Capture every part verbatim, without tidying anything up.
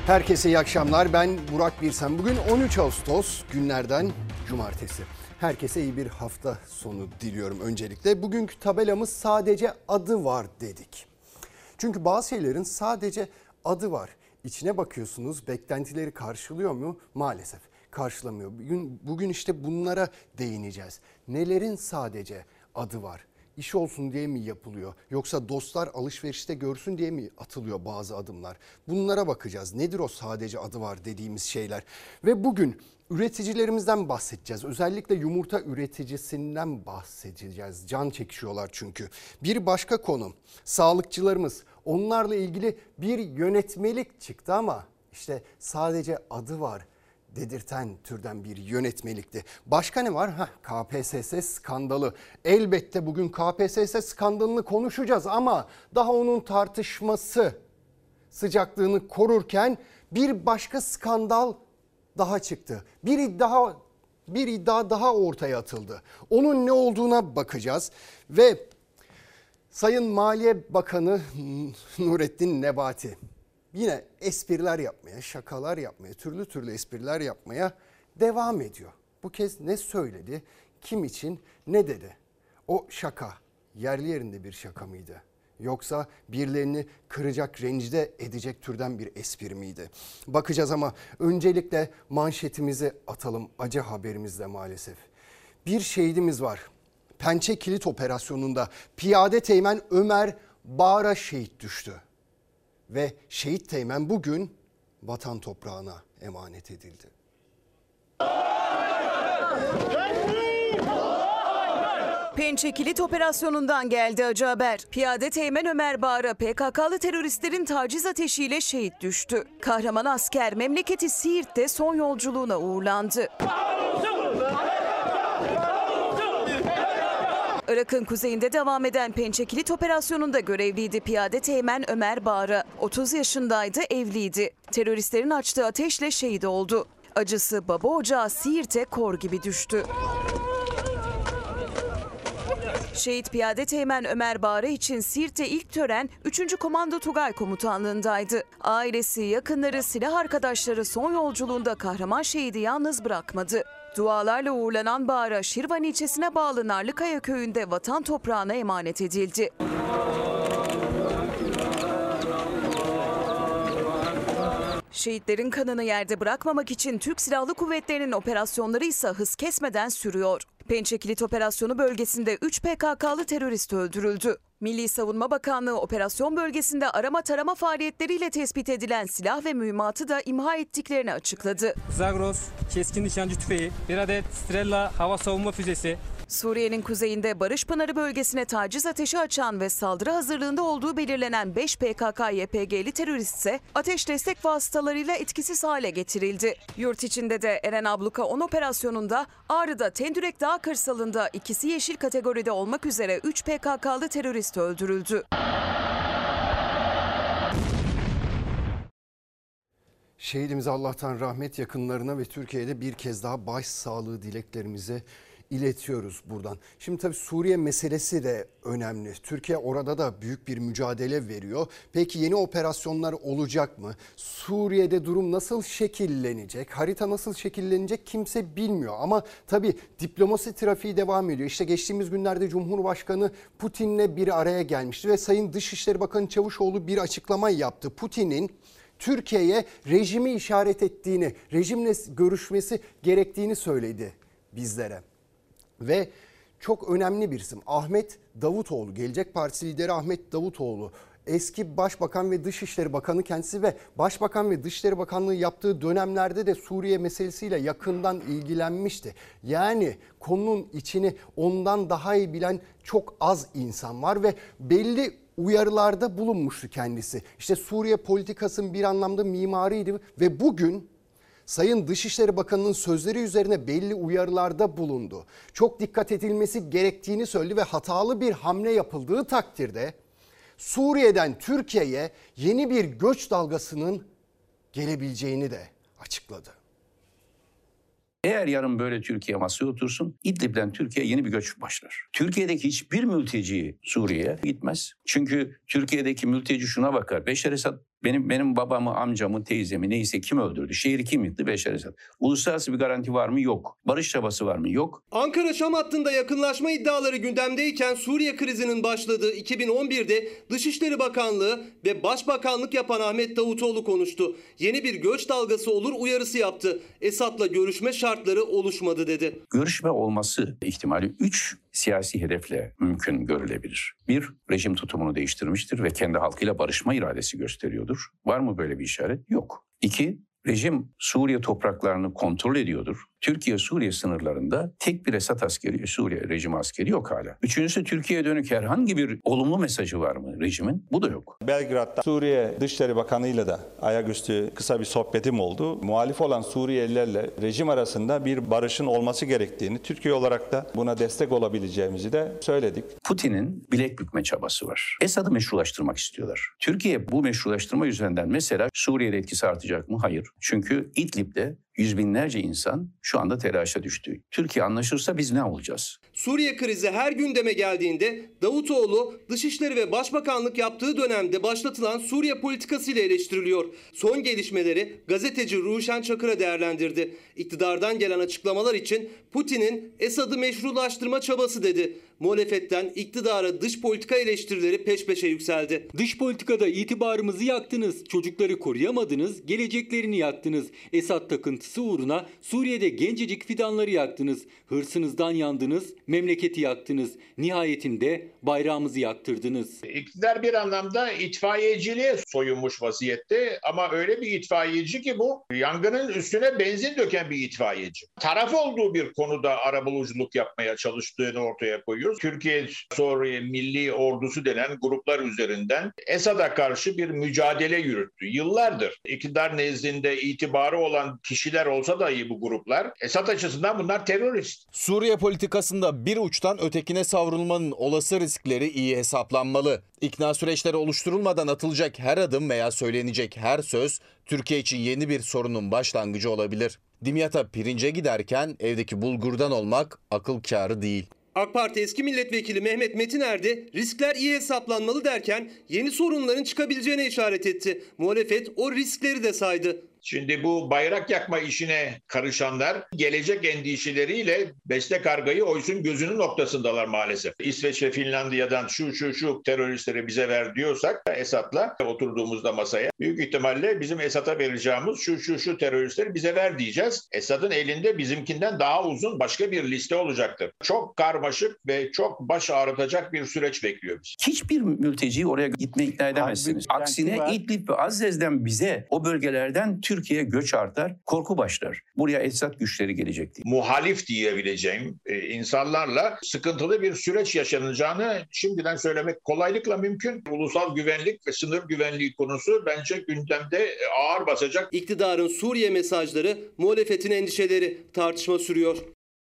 Herkese iyi akşamlar. Ben Burak Birsen. Bugün on üç Ağustos, günlerden cumartesi. Herkese iyi bir hafta sonu diliyorum öncelikle. Bugünkü tabelamız sadece adı var dedik. Çünkü bazı şeylerin sadece adı var. İçine bakıyorsunuz, beklentileri karşılıyor mu? Maalesef karşılamıyor. Bugün, bugün işte bunlara değineceğiz. Nelerin sadece adı var? İş olsun diye mi yapılıyor? Yoksa dostlar alışverişte görsün diye mi atılıyor bazı adımlar? Bunlara bakacağız. Nedir o sadece adı var dediğimiz şeyler? Ve bugün üreticilerimizden bahsedeceğiz. Özellikle yumurta üreticisinden bahsedeceğiz. Can çekişiyorlar çünkü. Bir başka konu, sağlıkçılarımız. Onlarla ilgili bir yönetmelik çıktı ama işte sadece adı var dedirten türden bir yönetmelikti. Başka ne var? Heh, K P S S skandalı. Elbette bugün K P S S skandalını konuşacağız ama daha onun tartışması sıcaklığını korurken bir başka skandal daha çıktı. Bir iddia bir iddia daha ortaya atıldı. Onun ne olduğuna bakacağız ve Sayın Maliye Bakanı Nurettin Nebati yine espriler yapmaya, şakalar yapmaya, türlü türlü espriler yapmaya devam ediyor. Bu kez ne söyledi, kim için ne dedi? O şaka yerli yerinde bir şaka mıydı? Yoksa birilerini kıracak, rencide edecek türden bir espri miydi? Bakacağız ama öncelikle manşetimizi atalım acı haberimizle maalesef. Bir şehidimiz var. Pençe Kilit Operasyonu'nda Piyade Teğmen Ömer Bağır'a şehit düştü. Ve şehit teğmen bugün vatan toprağına emanet edildi. Pençe Kilit Operasyonu'ndan geldi acı haber. Piyade Teğmen Ömer Bağır'a P K K'lı teröristlerin taciz ateşiyle şehit düştü. Kahraman asker memleketi Siirt'te son yolculuğuna uğurlandı. Irak'ın kuzeyinde devam eden Pençe Kilit Operasyonu'nda görevliydi Piyade Teğmen Ömer Bağır'a. otuz yaşındaydı, evliydi. Teröristlerin açtığı ateşle şehit oldu. Acısı baba ocağı Siirt'e kor gibi düştü. Şehit Piyade Teğmen Ömer Bağır'a için Siirt'te ilk tören üçüncü Komando Tugay Komutanlığı'ndaydı. Ailesi, yakınları, silah arkadaşları son yolculuğunda kahraman şehidi yalnız bırakmadı. Dualarla uğurlanan Bağır'a Şirvan ilçesine bağlı Narlıkaya köyünde vatan toprağına emanet edildi. Şehitlerin kanını yerde bırakmamak için Türk Silahlı Kuvvetleri'nin operasyonları ise hız kesmeden sürüyor. Pençe Kilit Operasyonu bölgesinde üç P K K'lı terörist öldürüldü. Milli Savunma Bakanlığı operasyon bölgesinde arama tarama faaliyetleriyle tespit edilen silah ve mühimmatı da imha ettiklerini açıkladı. Zagros, keskin nişancı tüfeği, bir adet Strela hava savunma füzesi. Suriye'nin kuzeyinde Barış Pınarı bölgesine taciz ateşi açan ve saldırı hazırlığında olduğu belirlenen beş P K K Y P G'li terörist ise ateş destek vasıtalarıyla etkisiz hale getirildi. Yurt içinde de Eren Abluka on operasyonunda Ağrı'da Tendürek Dağı kırsalında ikisi yeşil kategoride olmak üzere üç P K K'lı terörist öldürüldü. Şehidimize Allah'tan rahmet, yakınlarına ve Türkiye'de bir kez daha başsağlığı dileklerimizi iletiyoruz buradan. Şimdi tabii Suriye meselesi de önemli. Türkiye orada da büyük bir mücadele veriyor. Peki yeni operasyonlar olacak mı? Suriye'de durum nasıl şekillenecek? Harita nasıl şekillenecek kimse bilmiyor. Ama tabii diplomasi trafiği devam ediyor. İşte geçtiğimiz günlerde Cumhurbaşkanı Putin'le bir araya gelmişti ve Sayın Dışişleri Bakanı Çavuşoğlu bir açıklama yaptı. Putin'in Türkiye'ye rejimi işaret ettiğini, rejimle görüşmesi gerektiğini söyledi bizlere. Ve çok önemli bir isim Ahmet Davutoğlu, Gelecek Partisi lideri Ahmet Davutoğlu. Eski Başbakan ve Dışişleri Bakanı kendisi ve Başbakan ve Dışişleri Bakanlığı yaptığı dönemlerde de Suriye meselesiyle yakından ilgilenmişti. Yani konunun içini ondan daha iyi bilen çok az insan var ve belli uyarılarda bulunmuştu kendisi. İşte Suriye politikasının bir anlamda mimarıydı ve bugün Sayın Dışişleri Bakanı'nın sözleri üzerine belli uyarılarda bulundu. Çok dikkat edilmesi gerektiğini söyledi ve hatalı bir hamle yapıldığı takdirde Suriye'den Türkiye'ye yeni bir göç dalgasının gelebileceğini de açıkladı. Eğer yarın böyle Türkiye masaya otursun, İdlib'den Türkiye yeni bir göç başlar. Türkiye'deki hiçbir mülteci Suriye'ye gitmez. Çünkü Türkiye'deki mülteci şuna bakar. Beşar Esad Benim benim babamı, amcamı, teyzemi neyse kim öldürdü? Şehri kim yıktı? Beşar Esad. Uluslararası bir garanti var mı? Yok. Barış çabası var mı? Yok. Ankara-Şam hattında yakınlaşma iddiaları gündemdeyken Suriye krizinin başladığı iki bin on birde Dışişleri Bakanlığı ve Başbakanlık yapan Ahmet Davutoğlu konuştu. Yeni bir göç dalgası olur uyarısı yaptı. Esad'la görüşme şartları oluşmadı dedi. Görüşme olması ihtimali üç siyasi hedefle mümkün görülebilir. Bir, rejim tutumunu değiştirmiştir ve kendi halkıyla barışma iradesi gösteriyordur. Var mı böyle bir işaret? Yok. İki, rejim Suriye topraklarını kontrol ediyordur. Türkiye-Suriye sınırlarında tek bir Esad askeri, Suriye rejimi askeri yok hala. Üçüncüsü, Türkiye'ye dönük herhangi bir olumlu mesajı var mı rejimin? Bu da yok. Belgrad'da Suriye Dışişleri Bakanı'yla da ayaküstü kısa bir sohbetim oldu. Muhalif olan Suriyelilerle rejim arasında bir barışın olması gerektiğini, Türkiye olarak da buna destek olabileceğimizi de söyledik. Putin'in bilek bükme çabası var. Esad'ı meşrulaştırmak istiyorlar. Türkiye bu meşrulaştırma yüzünden mesela Suriye'de etkisi artacak mı? Hayır. Çünkü İdlib'de yüz binlerce insan şu anda telaşa düştü. Türkiye anlaşırsa biz ne olacağız? Suriye krizi her gündeme geldiğinde Davutoğlu Dışişleri ve Başbakanlık yaptığı dönemde başlatılan Suriye politikasıyla eleştiriliyor. Son gelişmeleri gazeteci Ruşen Çakır'a değerlendirdi. İktidardan gelen açıklamalar için Putin'in Esad'ı meşrulaştırma çabası dedi. Muhalefetten iktidara dış politika eleştirileri peş peşe yükseldi. Dış politikada itibarımızı yaktınız, çocukları koruyamadınız, geleceklerini yaktınız. Esad takıntısı uğruna Suriye'de gencecik fidanları yaktınız. Hırsınızdan yandınız, memleketi yaktınız. Nihayetinde bayrağımızı yaktırdınız. İktidar bir anlamda itfaiyeciliğe soyunmuş vaziyette ama öyle bir itfaiyeci ki bu yangının üstüne benzin döken bir itfaiyeci. Taraf olduğu bir konuda arabuluculuk yapmaya çalıştığını ortaya koyuyor. Türkiye Suriye Milli Ordusu denen gruplar üzerinden Esad'a karşı bir mücadele yürüttü. Yıllardır iktidar nezdinde itibarı olan kişiler olsa dahi bu gruplar Esad açısından bunlar terörist. Suriye politikasında bir uçtan ötekine savrulmanın olası riskleri iyi hesaplanmalı. İkna süreçleri oluşturulmadan atılacak her adım veya söylenecek her söz Türkiye için yeni bir sorunun başlangıcı olabilir. Dimyat'a pirince giderken evdeki bulgurdan olmak akıl kârı değil. AK Parti eski milletvekili Mehmet Metiner de riskler iyi hesaplanmalı derken yeni sorunların çıkabileceğine işaret etti. Muhalefet o riskleri de saydı. Şimdi bu bayrak yakma işine karışanlar gelecek endişeleriyle beste kargayı oysun gözünün noktasındalar maalesef. İsveç ve Finlandiya'dan şu şu şu teröristleri bize ver diyorsak Esad'la oturduğumuzda masaya büyük ihtimalle bizim Esad'a vereceğimiz şu şu şu teröristleri bize ver diyeceğiz. Esad'ın elinde bizimkinden daha uzun başka bir liste olacaktır. Çok karmaşık ve çok baş ağrıtacak bir süreç bekliyor bizi. Hiçbir mülteciyi oraya gitmeye ikna edemezsiniz. Aksine İdlib ve Azez'den bize o bölgelerden Türkiye'ye göç artar, korku başlar. Buraya Esad güçleri gelecekti. Muhalif diyebileceğim e, insanlarla sıkıntılı bir süreç yaşanacağını şimdiden söylemek kolaylıkla mümkün. Ulusal güvenlik ve sınır güvenliği konusu bence gündemde ağır basacak. İktidarın Suriye mesajları, muhalefetin endişeleri, tartışma sürüyor.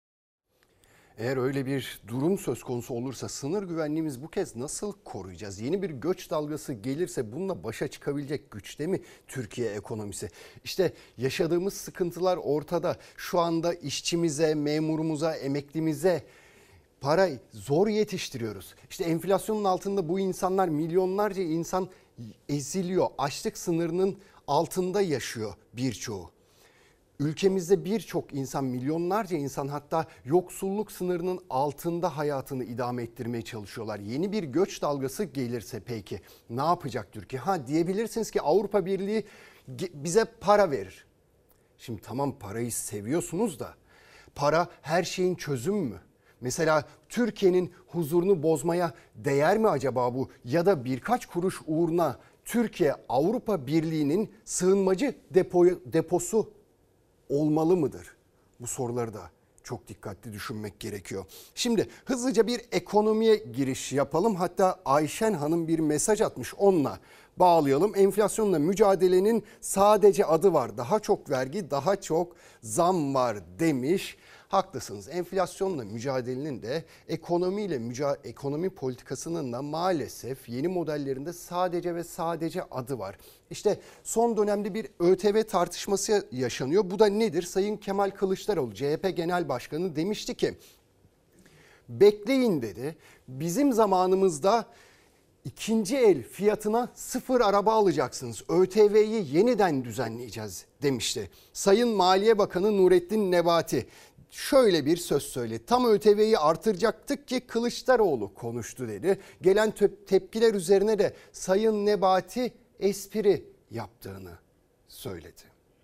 Eğer öyle bir durum söz konusu olursa sınır güvenliğimiz bu kez nasıl koruyacağız? Yeni bir göç dalgası gelirse bununla başa çıkabilecek güçte mi Türkiye ekonomisi? İşte yaşadığımız sıkıntılar ortada. Şu anda işçimize, memurumuza, emeklimize parayı zor yetiştiriyoruz. İşte enflasyonun altında bu insanlar, milyonlarca insan eziliyor. Açlık sınırının altında yaşıyor birçoğu. Ülkemizde birçok insan, milyonlarca insan hatta yoksulluk sınırının altında hayatını idame ettirmeye çalışıyorlar. Yeni bir göç dalgası gelirse peki ne yapacak Türkiye? Ha diyebilirsiniz ki Avrupa Birliği bize para verir. Şimdi tamam parayı seviyorsunuz da para her şeyin çözümü mü? Mesela Türkiye'nin huzurunu bozmaya değer mi acaba bu? Ya da birkaç kuruş uğruna Türkiye Avrupa Birliği'nin sığınmacı depoyu, deposu olmalı mıdır? Bu soruları da çok dikkatli düşünmek gerekiyor. Şimdi hızlıca bir ekonomiye giriş yapalım. Hatta Ayşen Hanım bir mesaj atmış, onunla bağlayalım. Enflasyonla mücadelenin sadece adı var. Daha çok vergi, daha çok zam var demiş. Haklısınız. Enflasyonla mücadelenin de ekonomiyle müca- ekonomi politikasının da maalesef yeni modellerinde sadece ve sadece adı var. İşte son dönemde bir ÖTV tartışması yaşanıyor. Bu da nedir? Sayın Kemal Kılıçdaroğlu, C H P Genel Başkanı demişti ki bekleyin dedi. Bizim zamanımızda İkinci el fiyatına sıfır araba alacaksınız. ÖTV'yi yeniden düzenleyeceğiz demişti. Sayın Maliye Bakanı Nurettin Nebati şöyle bir söz söyledi. Tam ÖTV'yi artıracaktık ki Kılıçdaroğlu konuştu dedi. Gelen tepkiler üzerine de Sayın Nebati espri yaptığını söyledi.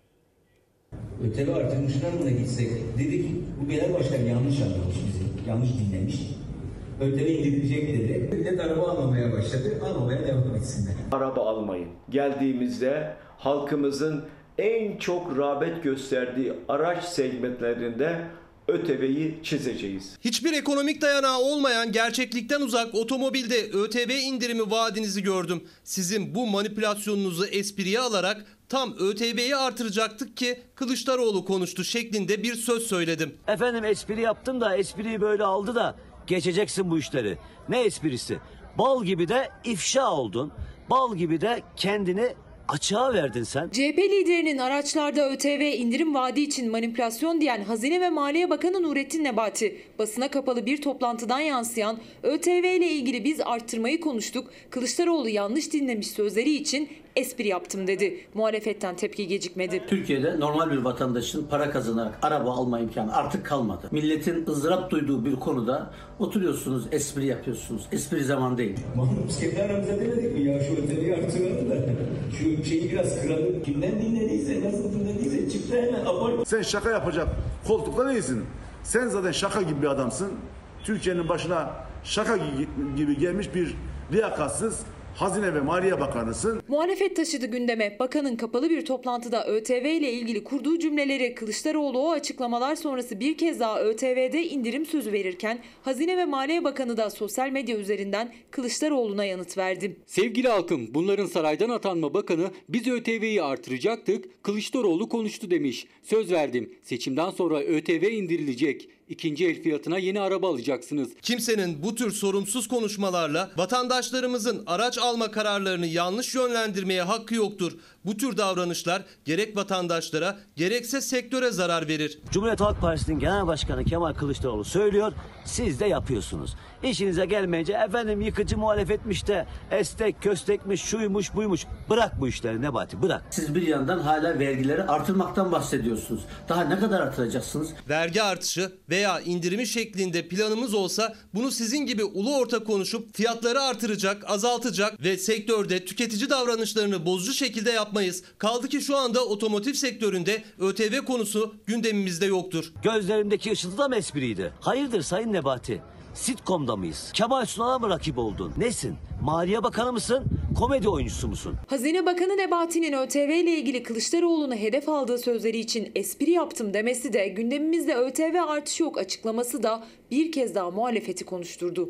ÖTV artırmışlar da gitsek dedik, bu genel başkan yanlış anlamış bizi, yanlış dinlemiş. ÖTV indirilecek dedi. Millet araba almamaya başladı, almamaya devam etsinler. Araba almayın. Geldiğimizde halkımızın en çok rağbet gösterdiği araç segmentlerinde ÖTV'yi çizeceğiz. Hiçbir ekonomik dayanağı olmayan, gerçeklikten uzak otomobilde ÖTV indirimi vaadinizi gördüm. Sizin bu manipülasyonunuzu espriye alarak tam ÖTV'yi artıracaktık ki Kılıçdaroğlu konuştu şeklinde bir söz söyledim. Efendim espri yaptım da espriyi böyle aldı da geçeceksin bu işleri. Ne esprisi? Bal gibi de ifşa oldun. Bal gibi de kendini açığa verdin sen. C H P liderinin araçlarda ÖTV indirim vaadi için manipülasyon diyen Hazine ve Maliye Bakanı Nurettin Nebati, basına kapalı bir toplantıdan yansıyan ÖTV ile ilgili biz arttırmayı konuştuk, Kılıçdaroğlu yanlış dinlemiş sözleri için espri yaptım dedi. Muhalefetten tepki gecikmedi. Türkiye'de normal bir vatandaşın para kazanarak araba alma imkanı artık kalmadı. Milletin ızdırap duyduğu bir konuda oturuyorsunuz, espri yapıyorsunuz. Espri zaman değil. Mahmut biz kendi aramızda demedik mi ya şu ÖTV'yi artıralım da şu şeyi biraz kıralım. Kimden dinlediyse, nasıl dinlediyse çıktı hemen abart. Sen şaka yapacak koltukta değilsin. Sen zaten şaka gibi bir adamsın. Türkiye'nin başına şaka gibi gelmiş bir liyakatsız Hazine ve Maliye Bakanısın. Muhalefet taşıdı gündeme. Bakanın kapalı bir toplantıda ÖTV ile ilgili kurduğu cümleleri Kılıçdaroğlu o açıklamalar sonrası bir kez daha ÖTV'de indirim sözü verirken Hazine ve Maliye Bakanı da sosyal medya üzerinden Kılıçdaroğlu'na yanıt verdi. Sevgili halkım, bunların saraydan atanma bakanı biz ÖTV'yi artıracaktık, Kılıçdaroğlu konuştu demiş. Söz verdim, seçimden sonra ÖTV indirilecek. İkinci el fiyatına yeni araba alacaksınız. Kimsenin bu tür sorumsuz konuşmalarla vatandaşlarımızın araç alma kararlarını yanlış yönlendirmeye hakkı yoktur. Bu tür davranışlar gerek vatandaşlara gerekse sektöre zarar verir. Cumhuriyet Halk Partisi'nin Genel Başkanı Kemal Kılıçdaroğlu söylüyor, siz de yapıyorsunuz. İşinize gelmeyince efendim yıkıcı muhalefetmiş de estek köstekmiş şuymuş buymuş. Bırak bu işleri Nebati, bırak. Siz bir yandan hala vergileri artırmaktan bahsediyorsunuz. Daha ne kadar artıracaksınız? Vergi artışı veya indirimi şeklinde planımız olsa bunu sizin gibi ulu orta konuşup fiyatları artıracak, azaltacak ve sektörde tüketici davranışlarını bozucu şekilde yapmayız. Kaldı ki şu anda otomotiv sektöründe ÖTV konusu gündemimizde yoktur. Gözlerimdeki ışıltı da mı espriydi? Hayırdır Sayın Nebati? Sitcom'da mıyız? Kemal Sunal'a mı rakip oldun? Nesin? Maliye Bakanı mısın? Komedi oyuncusu musun? Hazine Bakanı Nebati'nin ÖTV ile ilgili Kılıçdaroğlu'nu hedef aldığı sözleri için espri yaptım demesi de gündemimizde ÖTV artışı yok açıklaması da bir kez daha muhalefeti konuşturdu.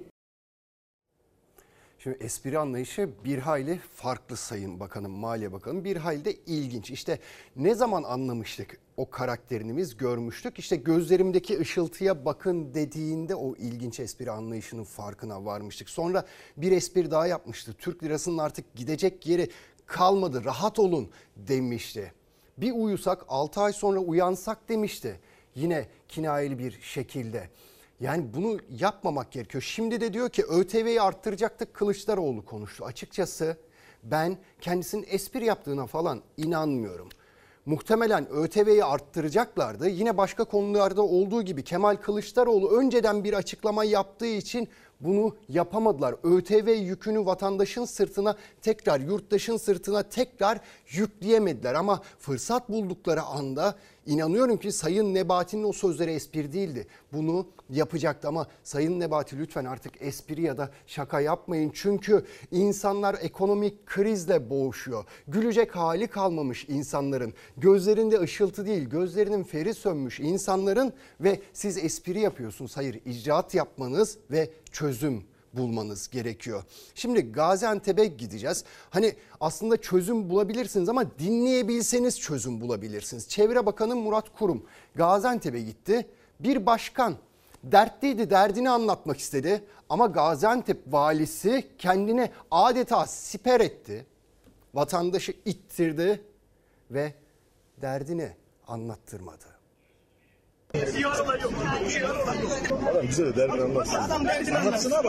Şimdi espri anlayışı bir hayli farklı Sayın Bakanım, Maliye Bakanım, bir hayli de ilginç. İşte ne zaman anlamıştık o karakterimiz, görmüştük. İşte gözlerimdeki ışıltıya bakın dediğinde o ilginç espri anlayışının farkına varmıştık. Sonra bir espri daha yapmıştı. Türk lirasının artık gidecek yeri kalmadı, rahat olun demişti. Bir uyusak altı ay sonra uyansak demişti. Yine kinayeli bir şekilde. Yani bunu yapmamak gerekiyor. Şimdi de diyor ki ÖTV'yi arttıracaktık, Kılıçdaroğlu konuştu. Açıkçası ben kendisinin espri yaptığına falan inanmıyorum. Muhtemelen ÖTV'yi arttıracaklardı. Yine başka konularda olduğu gibi Kemal Kılıçdaroğlu önceden bir açıklama yaptığı için bunu yapamadılar. ÖTV yükünü vatandaşın sırtına tekrar, yurttaşın sırtına tekrar yükleyemediler. Ama fırsat buldukları anda inanıyorum ki Sayın Nebati'nin o sözleri espri değildi. Bunu yapacaktı ama Sayın Nebati lütfen artık espri ya da şaka yapmayın. Çünkü insanlar ekonomik krizle boğuşuyor. Gülecek hali kalmamış insanların. Gözlerinde ışıltı değil, gözlerinin feri sönmüş insanların ve siz espri yapıyorsunuz. Hayır, icraat yapmanız ve çözüm bulmanız gerekiyor. Şimdi Gaziantep'e gideceğiz. Hani aslında çözüm bulabilirsiniz ama dinleyebilseniz çözüm bulabilirsiniz. Çevre Bakanı Murat Kurum Gaziantep'e gitti. Bir başkan dertliydi, derdini anlatmak istedi ama Gaziantep valisi kendine adeta siper etti. Vatandaşı ittirdi ve derdini anlattırmadı. Adam bize de derdini anlatsın. Anlatsın abi.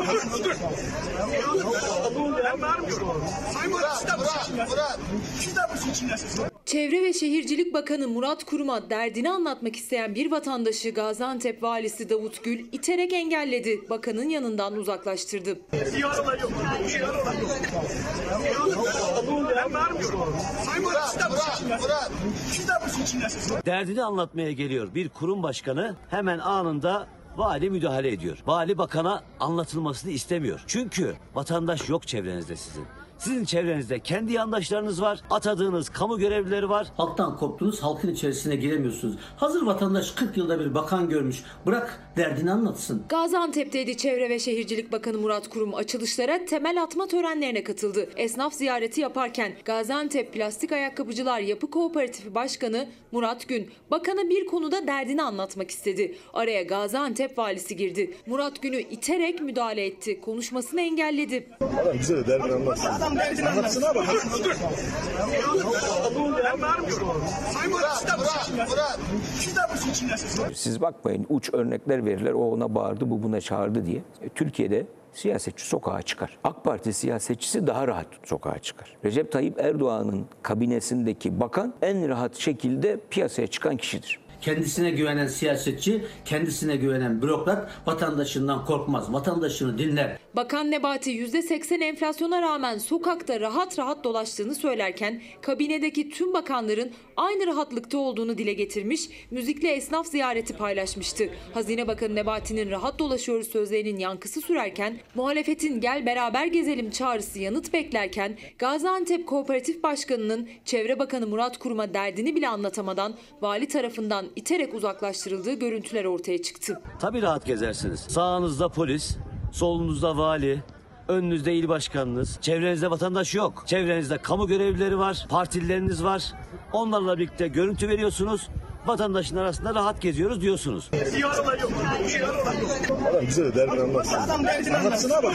Çevre ve Şehircilik Bakanı Murat Kurum'a derdini anlatmak isteyen bir vatandaşı Gaziantep Valisi Davut Gül iterek engelledi. Bakanın yanından uzaklaştırdı. Derdini anlatmaya geliyor bir kurum başkanı, hemen anında vali müdahale ediyor. Vali bakana anlatılmasını istemiyor. Çünkü vatandaş yok çevrenizde sizin. Sizin çevrenizde kendi yandaşlarınız var, atadığınız kamu görevlileri var. Halktan koptunuz, halkın içerisine giremiyorsunuz. Hazır vatandaş kırk yılda bir bakan görmüş. Bırak derdini anlatsın. Gaziantep'teydi Çevre ve Şehircilik Bakanı Murat Kurum. Açılışlara, temel atma törenlerine katıldı. Esnaf ziyareti yaparken Gaziantep Plastik Ayakkabıcılar Yapı Kooperatifi Başkanı Murat Gün, bakana bir konuda derdini anlatmak istedi. Araya Gaziantep valisi girdi. Murat Gün'ü iterek müdahale etti. Konuşmasını engelledi. Adam bize de derdini anlatsın. Anlatsın abi. Siz bakmayın, uç örnekler verirler, o ona bağırdı, bu buna çağırdı diye. Türkiye'de siyasetçi sokağa çıkar. AK Parti siyasetçisi daha rahat sokağa çıkar. Recep Tayyip Erdoğan'ın kabinesindeki bakan en rahat şekilde piyasaya çıkan kişidir. Kendisine güvenen siyasetçi, kendisine güvenen bürokrat vatandaşından korkmaz. Vatandaşını dinler. Bakan Nebati yüzde seksen enflasyona rağmen sokakta rahat rahat dolaştığını söylerken kabinedeki tüm bakanların aynı rahatlıkta olduğunu dile getirmiş, müzikli esnaf ziyareti paylaşmıştı. Hazine Bakanı Nebati'nin rahat dolaşıyoruz sözlerinin yankısı sürerken muhalefetin gel beraber gezelim çağrısı yanıt beklerken Gaziantep Kooperatif Başkanı'nın Çevre Bakanı Murat Kurum'a derdini bile anlatamadan vali tarafından iterek uzaklaştırıldığı görüntüler ortaya çıktı. Tabii rahat gezersiniz. Sağınızda polis, solunuzda vali, önünüzde il başkanınız, çevrenizde vatandaş yok. Çevrenizde kamu görevlileri var, partilileriniz var. Onlarla birlikte görüntü veriyorsunuz. Vatandaşın arasında rahat geziyoruz diyorsunuz. Adam bize de derdini anlatsın. Anlatsın abi.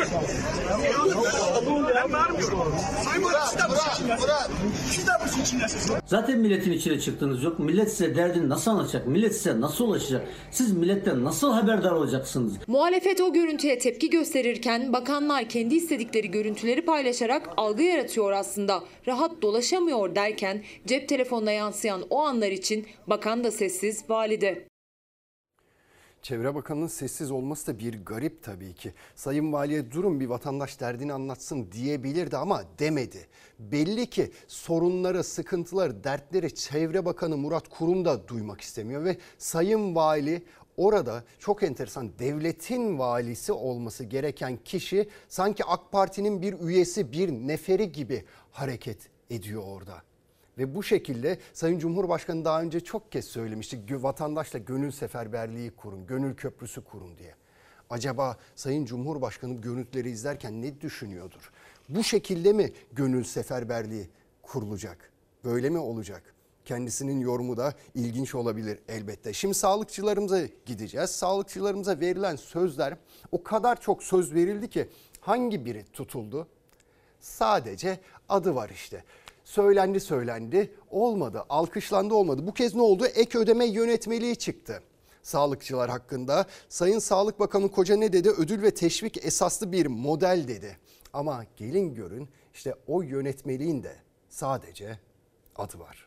Zaten milletin içine çıktığınız yok. Millet size derdini nasıl anlatacak? Millet size nasıl ulaşacak? Siz milletten nasıl haberdar olacaksınız? Muhalefet o görüntüye tepki gösterirken bakanlar kendi istedikleri görüntüleri paylaşarak algı yaratıyor aslında. Rahat dolaşamıyor derken cep telefonuna yansıyan o anlar için bakan da sessiz, vali de. Çevre Bakanı'nın sessiz olması da bir garip tabii ki. Sayın Vali'ye durun bir vatandaş derdini anlatsın diyebilirdi ama demedi. Belli ki sorunları, sıkıntıları, dertleri Çevre Bakanı Murat Kurum da duymak istemiyor ve Sayın Vali orada çok enteresan, devletin valisi olması gereken kişi sanki AK Parti'nin bir üyesi, bir neferi gibi hareket ediyor orada. Ve bu şekilde Sayın Cumhurbaşkanı daha önce çok kez söylemişti, vatandaşla gönül seferberliği kurun, gönül köprüsü kurun diye. Acaba Sayın Cumhurbaşkanı görüntüleri izlerken ne düşünüyordur? Bu şekilde mi gönül seferberliği kurulacak? Böyle mi olacak? Kendisinin yorumu da ilginç olabilir elbette. Şimdi sağlıkçılarımıza gideceğiz. Sağlıkçılarımıza verilen sözler, o kadar çok söz verildi ki hangi biri tutuldu? Sadece adı var işte. Söylendi söylendi olmadı, alkışlandı olmadı. Bu kez ne oldu? Ek ödeme yönetmeliği çıktı sağlıkçılar hakkında. Sayın Sağlık Bakanı Koca ne dedi? Ödül ve teşvik esaslı bir model dedi. Ama gelin görün işte o yönetmeliğin de sadece adı var.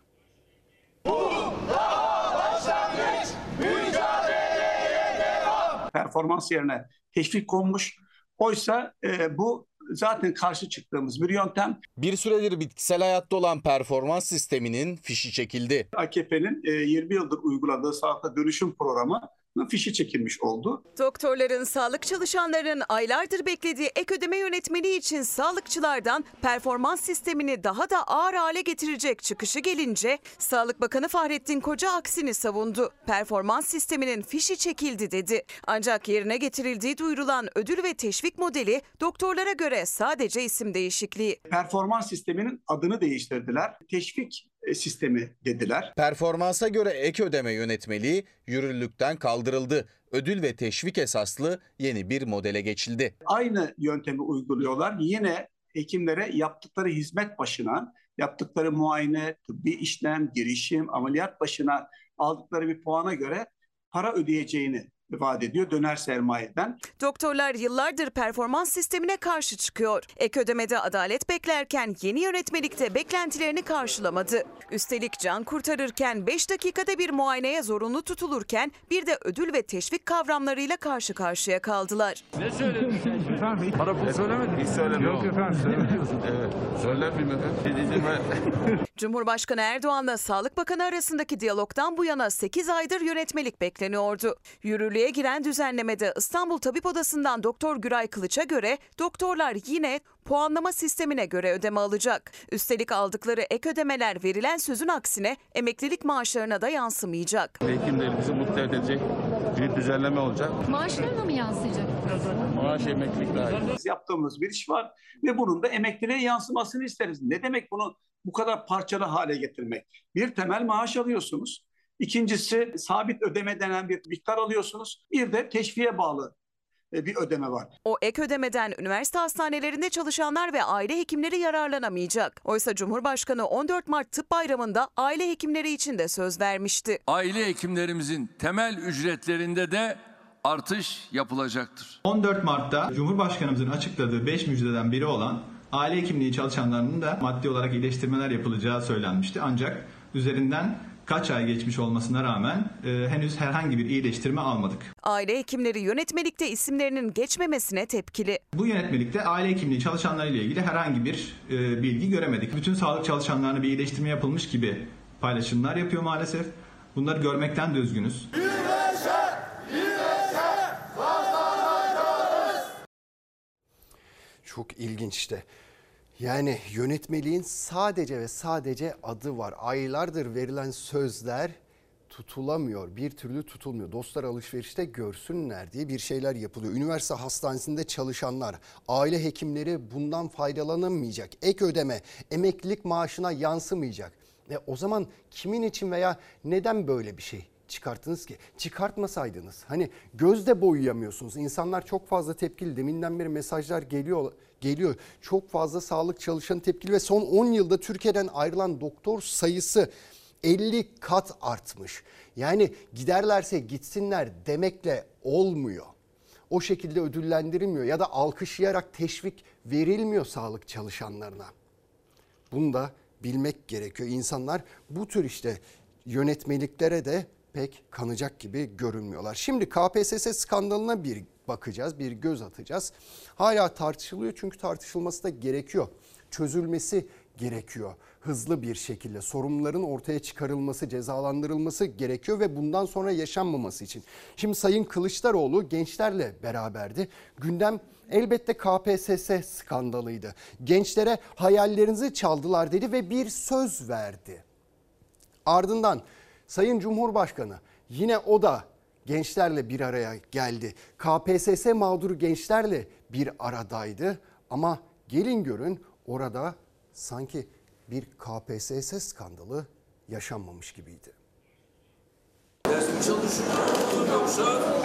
Performans yerine teşvik konmuş. Oysa e, bu zaten karşı çıktığımız bir yöntem. Bir süredir bitkisel hayatta olan performans sisteminin fişi çekildi. A K P'nin yirmi yıldır uyguladığı sağlıkta dönüşüm programı fişi çekilmiş oldu. Doktorların, sağlık çalışanlarının aylardır beklediği ek ödeme yönetmeliği için sağlıkçılardan performans sistemini daha da ağır hale getirecek çıkışı gelince Sağlık Bakanı Fahrettin Koca aksini savundu. Performans sisteminin fişi çekildi dedi. Ancak yerine getirildiği duyurulan ödül ve teşvik modeli doktorlara göre sadece isim değişikliği. Performans sisteminin adını değiştirdiler. Teşvik sistemi dediler. Performansa göre ek ödeme yönetmeliği yürürlükten kaldırıldı. Ödül ve teşvik esaslı yeni bir modele geçildi. Aynı yöntemi uyguluyorlar. Yine hekimlere yaptıkları hizmet başına, yaptıkları muayene, tıbbi işlem, girişim, ameliyat başına aldıkları bir puana göre para ödeyeceğini vaat ediyor döner sermayeden. Doktorlar yıllardır performans sistemine karşı çıkıyor. Ek ödemede adalet beklerken yeni yönetmelikte beklentilerini karşılamadı. Üstelik can kurtarırken beş dakikada bir muayeneye zorunlu tutulurken bir de ödül ve teşvik kavramlarıyla karşı karşıya kaldılar. Ne söyledin sen? Efendim hiç, para pul söylemedin. Hiç söylemedim. Yok efendim söylemiyorsun. Evet. Söylemeyeyim efendim. Cumhurbaşkanı Erdoğan'la Sağlık Bakanı arasındaki diyalogdan bu yana sekiz aydır yönetmelik bekleniyordu. Yürürlüğe giren düzenlemede İstanbul Tabip Odası'ndan Doktor Güray Kılıç'a göre doktorlar yine puanlama sistemine göre ödeme alacak. Üstelik aldıkları ek ödemeler verilen sözün aksine emeklilik maaşlarına da yansımayacak. Hekimlerimizi mutlu edecek bir düzenleme olacak. Maaşlarına mı yansıyacak? Maaş emeklilik dahil. Biz yaptığımız bir iş var ve bunun da emekliliğe yansımasını isteriz. Ne demek bunu bu kadar parçalı hale getirmek? Bir temel maaş alıyorsunuz. İkincisi sabit ödeme denen bir miktar alıyorsunuz. Bir de teşviğe bağlı bir ödeme var. O ek ödemeden üniversite hastanelerinde çalışanlar ve aile hekimleri yararlanamayacak. Oysa Cumhurbaşkanı on dört Mart Tıp Bayramı'nda aile hekimleri için de söz vermişti. Aile hekimlerimizin temel ücretlerinde de artış yapılacaktır. on dört Mart'ta Cumhurbaşkanımızın açıkladığı beş müjdeden biri olan aile hekimliği çalışanlarının da maddi olarak iyileştirmeler yapılacağı söylenmişti. Ancak üzerinden kaç ay geçmiş olmasına rağmen e, henüz herhangi bir iyileştirme almadık. Aile hekimleri yönetmelikte isimlerinin geçmemesine tepkili. Bu yönetmelikte aile hekimliği çalışanlarıyla ilgili herhangi bir e, bilgi göremedik. Bütün sağlık çalışanlarına bir iyileştirme yapılmış gibi paylaşımlar yapıyor maalesef. Bunları görmekten de üzgünüz. Çok ilginç işte. Yani yönetmeliğin sadece ve sadece adı var. Aylardır verilen sözler tutulamıyor. Bir türlü tutulmuyor. Dostlar alışverişte görsünler diye bir şeyler yapılıyor. Üniversite hastanesinde çalışanlar, aile hekimleri bundan faydalanamayacak. Ek ödeme, emeklilik maaşına yansımayacak. E o zaman kimin için veya neden böyle bir şey çıkarttınız ki? Çıkartmasaydınız. Hani gözde boyayamıyorsunuz. İnsanlar çok fazla tepkili. Deminden beri mesajlar geliyor. geliyor. Çok fazla sağlık çalışanı tepkili ve son on yılda Türkiye'den ayrılan doktor sayısı elli kat artmış. Yani giderlerse gitsinler demekle olmuyor. O şekilde ödüllendirilmiyor ya da alkışlayarak teşvik verilmiyor sağlık çalışanlarına. Bunu da bilmek gerekiyor. İnsanlar bu tür işte yönetmeliklere de pek kanacak gibi görünmüyorlar. Şimdi K P S S skandalına bir bakacağız, bir göz atacağız. Hala tartışılıyor çünkü tartışılması da gerekiyor. Çözülmesi gerekiyor. Hızlı bir şekilde sorunların ortaya çıkarılması, cezalandırılması gerekiyor ve bundan sonra yaşanmaması için. Şimdi Sayın Kılıçdaroğlu gençlerle beraberdi. Gündem elbette K P S S skandalıydı. Gençlere hayallerinizi çaldılar dedi ve bir söz verdi. Ardından Sayın Cumhurbaşkanı yine o da gençlerle bir araya geldi. K P S S mağduru gençlerle bir aradaydı ama gelin görün orada sanki bir K P S S skandalı yaşanmamış gibiydi. Dersim çalışıyor yoksa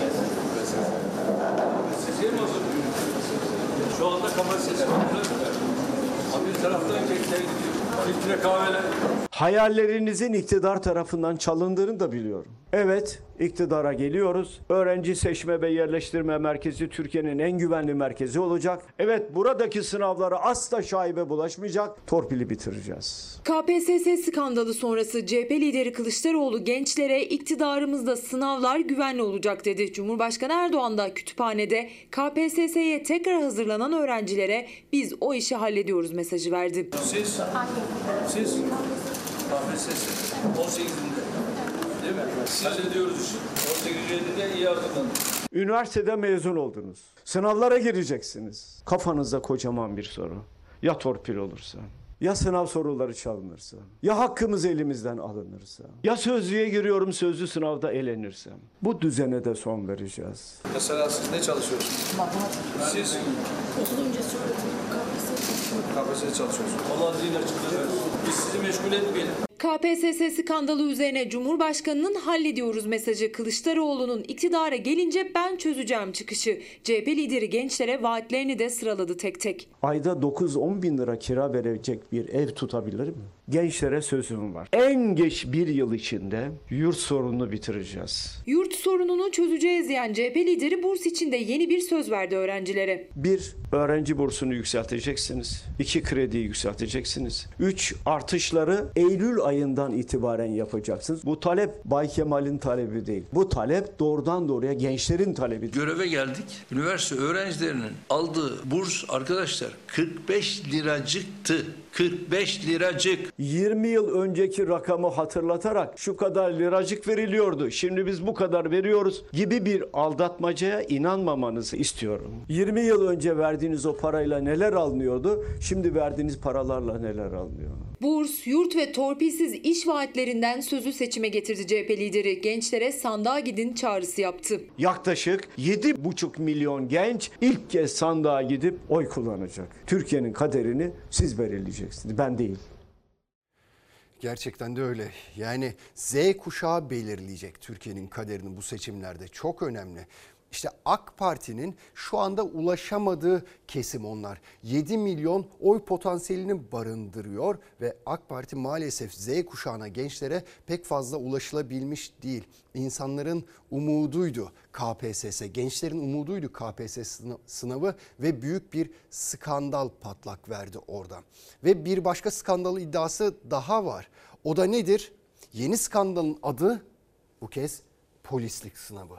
size mi hazırlıyorsunuz? Şu anda kapasitesi kontrol eder. Bir taraftan gençler gidiyor. Filtre kahveler. Hayallerinizin iktidar tarafından çalındığını da biliyorum. Evet, iktidara geliyoruz. Öğrenci seçme ve yerleştirme merkezi Türkiye'nin en güvenli merkezi olacak. Evet, buradaki sınavlara asla şaibe bulaşmayacak. Torpili bitireceğiz. K P S S skandalı sonrası C H P lideri Kılıçdaroğlu gençlere iktidarımızda sınavlar güvenli olacak dedi. Cumhurbaşkanı Erdoğan da kütüphanede K P S S'ye tekrar hazırlanan öğrencilere biz o işi hallediyoruz mesajı verdi. Siz, siz K P S S on sekizinde değil mi? Hallediyoruz işi. on sekizinde iyi hazırlanın. Üniversitede mezun oldunuz. Sınavlara gireceksiniz. Kafanızda kocaman bir soru. Ya torpil olursa? Ya sınav soruları çalınırsa? Ya hakkımız elimizden alınırsa? Ya sözlüğe giriyorum sözlü sınavda elenirsem? Bu düzene de son vereceğiz. Mesela siz ne çalışıyorsunuz? Siz okul öncesi K P S S çalışıyorsunuz. Allah zihin açıklığı. Biz sizi meşgul etmeyelim. K P S S skandalı üzerine Cumhurbaşkanı'nın hallediyoruz mesajı, Kılıçdaroğlu'nun iktidara gelince ben çözeceğim çıkışı. C H P lideri gençlere vaatlerini de sıraladı tek tek. Ayda dokuz on bin lira kira verecek bir ev tutabilir mi? Gençlere sözüm var. En geç bir yıl içinde yurt sorununu bitireceğiz. Yurt sorununu çözeceğiz diyen C H P lideri burs için de yeni bir söz verdi öğrencilere. Bir, öğrenci bursunu yükselteceksiniz. İki, krediyi yükselteceksiniz. Üç, artışları Eylül ayından itibaren yapacaksınız. Bu talep Bay Kemal'in talebi değil. Bu talep doğrudan doğruya gençlerin talebi. Göreve geldik. Üniversite öğrencilerinin aldığı burs arkadaşlar kırk beş liracıktı. kırk beş liracık. yirmi yıl önceki rakamı hatırlatarak şu kadar liracık veriliyordu, şimdi biz bu kadar veriyoruz gibi bir aldatmacaya inanmamanızı istiyorum. yirmi yıl önce verdiğiniz o parayla neler alınıyordu, şimdi verdiğiniz paralarla neler alınıyor? Burs, yurt ve torpilsiz iş vaatlerinden sözü seçime getirdi C H P lideri. Gençlere sandığa gidin çağrısı yaptı. Yaklaşık yedi buçuk milyon genç ilk kez sandığa gidip oy kullanacak. Türkiye'nin kaderini siz belirleyeceksiniz, ben değil. Gerçekten de öyle. Yani Z kuşağı belirleyecek Türkiye'nin kaderini bu seçimlerde. Çok önemli. İşte AK Parti'nin şu anda ulaşamadığı kesim onlar. yedi milyon oy potansiyelini barındırıyor ve AK Parti maalesef Z kuşağına, gençlere pek fazla ulaşılabilmiş değil. İnsanların umuduydu K P S S, gençlerin umuduydu K P S S sınavı ve büyük bir skandal patlak verdi orada. Ve bir başka skandal iddiası daha var. O da nedir? Yeni skandalın adı bu kez polislik sınavı.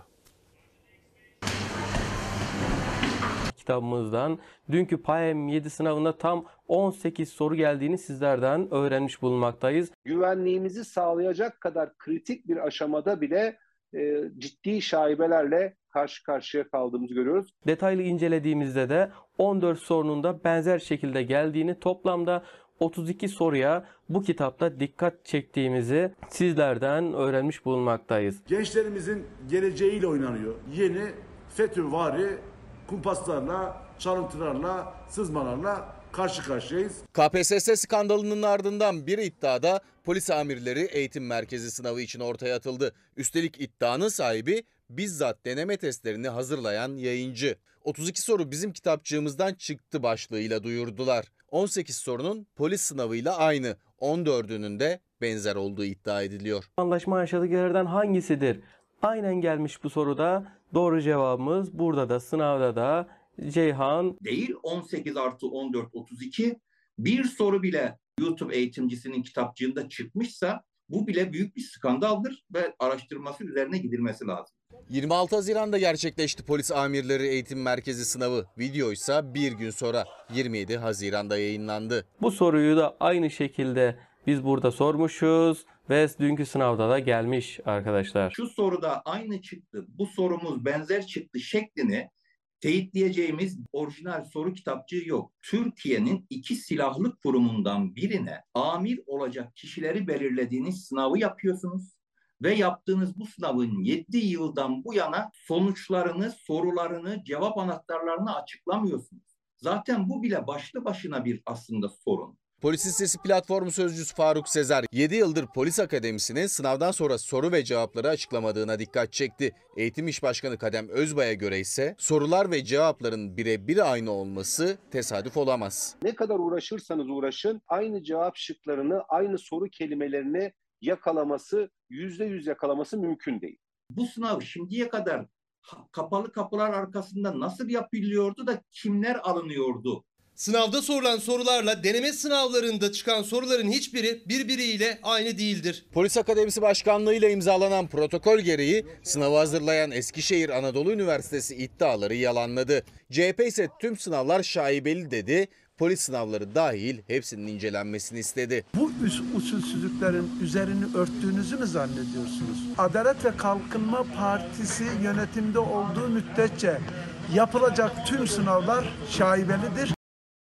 Kitabımızdan dünkü P A E M yedi sınavında tam on sekiz soru geldiğini sizlerden öğrenmiş bulunmaktayız. Güvenliğimizi sağlayacak kadar kritik bir aşamada bile e, ciddi şaibelerle karşı karşıya kaldığımızı görüyoruz. Detaylı incelediğimizde de on dört sorunun da benzer şekilde geldiğini, toplamda otuz iki soruya bu kitapta dikkat çektiğimizi sizlerden öğrenmiş bulunmaktayız. Gençlerimizin geleceğiyle oynanıyor. Yeni FETÖ'vari kumpaslarla, çalıntılarla, sızmalarla karşı karşıyayız. K P S S skandalının ardından bir iddiada polis amirleri eğitim merkezi sınavı için ortaya atıldı. Üstelik iddianın sahibi bizzat deneme testlerini hazırlayan yayıncı. otuz iki soru bizim kitapçığımızdan çıktı başlığıyla duyurdular. on sekiz sorunun polis sınavıyla aynı, on dördünün de benzer olduğu iddia ediliyor. Anlaşma aşağıdakilerden hangisidir? Aynen gelmiş bu soruda. Doğru cevabımız burada da, sınavda da Ceyhan. Değil, on sekiz artı on dört otuz iki. Bir soru bile YouTube eğitimcisinin kitapçığında çıkmışsa bu bile büyük bir skandaldır ve araştırması üzerine gidilmesi lazım. yirmi altı Haziran'da gerçekleşti polis amirleri eğitim merkezi sınavı. Video ise bir gün sonra yirmi yedi Haziran'da yayınlandı. Bu soruyu da aynı şekilde biz burada sormuşuz ve dünkü sınavda da gelmiş arkadaşlar. Şu soruda aynı çıktı, bu sorumuz benzer çıktı şeklini teyitleyeceğimiz orijinal soru kitapçığı yok. Türkiye'nin iki silahlı kurumundan birine amir olacak kişileri belirlediğiniz sınavı yapıyorsunuz. Ve yaptığınız bu sınavın yedi yıldan bu yana sonuçlarını, sorularını, cevap anahtarlarını açıklamıyorsunuz. Zaten bu bile başlı başına bir aslında sorun. Polisin Sesi platformu sözcüsü Faruk Sezer, yedi yıldır polis akademisinin sınavdan sonra soru ve cevapları açıklamadığına dikkat çekti. Eğitim İş Başkanı Kadem Özbay'a göre ise sorular ve cevapların birebir aynı olması tesadüf olamaz. Ne kadar uğraşırsanız uğraşın aynı cevap şıklarını, aynı soru kelimelerini yakalaması, yüzde yüz yakalaması mümkün değil. Bu sınav şimdiye kadar kapalı kapılar arkasında nasıl yapılıyordu da kimler alınıyordu? Sınavda sorulan sorularla deneme sınavlarında çıkan soruların hiçbiri birbiriyle aynı değildir. Polis Akademisi Başkanlığı ile imzalanan protokol gereği sınavı hazırlayan Eskişehir Anadolu Üniversitesi iddiaları yalanladı. C H P ise tüm sınavlar şaibeli dedi. Polis sınavları dahil hepsinin incelenmesini istedi. Bu usulsüzlüklerin üzerini örttüğünüzü mü zannediyorsunuz? Adalet ve Kalkınma Partisi yönetimde olduğu müddetçe yapılacak tüm sınavlar şaibelidir.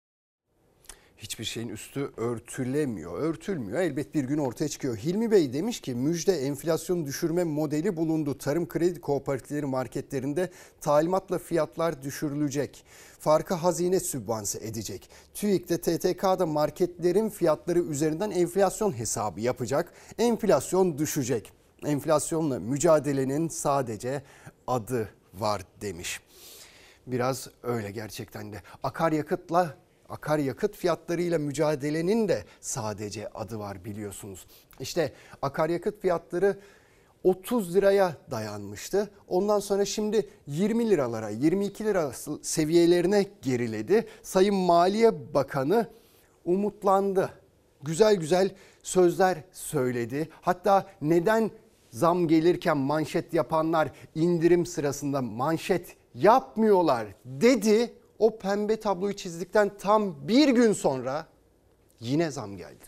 Hiçbir şeyin üstü örtülemiyor, örtülmüyor. Elbet bir gün ortaya çıkıyor. Hilmi Bey demiş ki müjde, enflasyon düşürme modeli bulundu. Tarım kredi kooperatifleri marketlerinde talimatla fiyatlar düşürülecek. Farkı hazine sübvanse edecek. TÜİK'te T T K'da marketlerin fiyatları üzerinden enflasyon hesabı yapacak. Enflasyon düşecek. Enflasyonla mücadelenin sadece adı var demiş. Biraz öyle gerçekten de. Akaryakıtla akaryakıt fiyatlarıyla mücadelenin de sadece adı var biliyorsunuz. İşte akaryakıt fiyatları otuz liraya dayanmıştı. Ondan sonra şimdi yirmi liralara, yirmi iki lira seviyelerine geriledi. Sayın Maliye Bakanı umutlandı. Güzel güzel sözler söyledi. Hatta neden zam gelirken manşet yapanlar indirim sırasında manşet yapmıyorlar dedi. O pembe tabloyu çizdikten tam bir gün sonra yine zam geldi.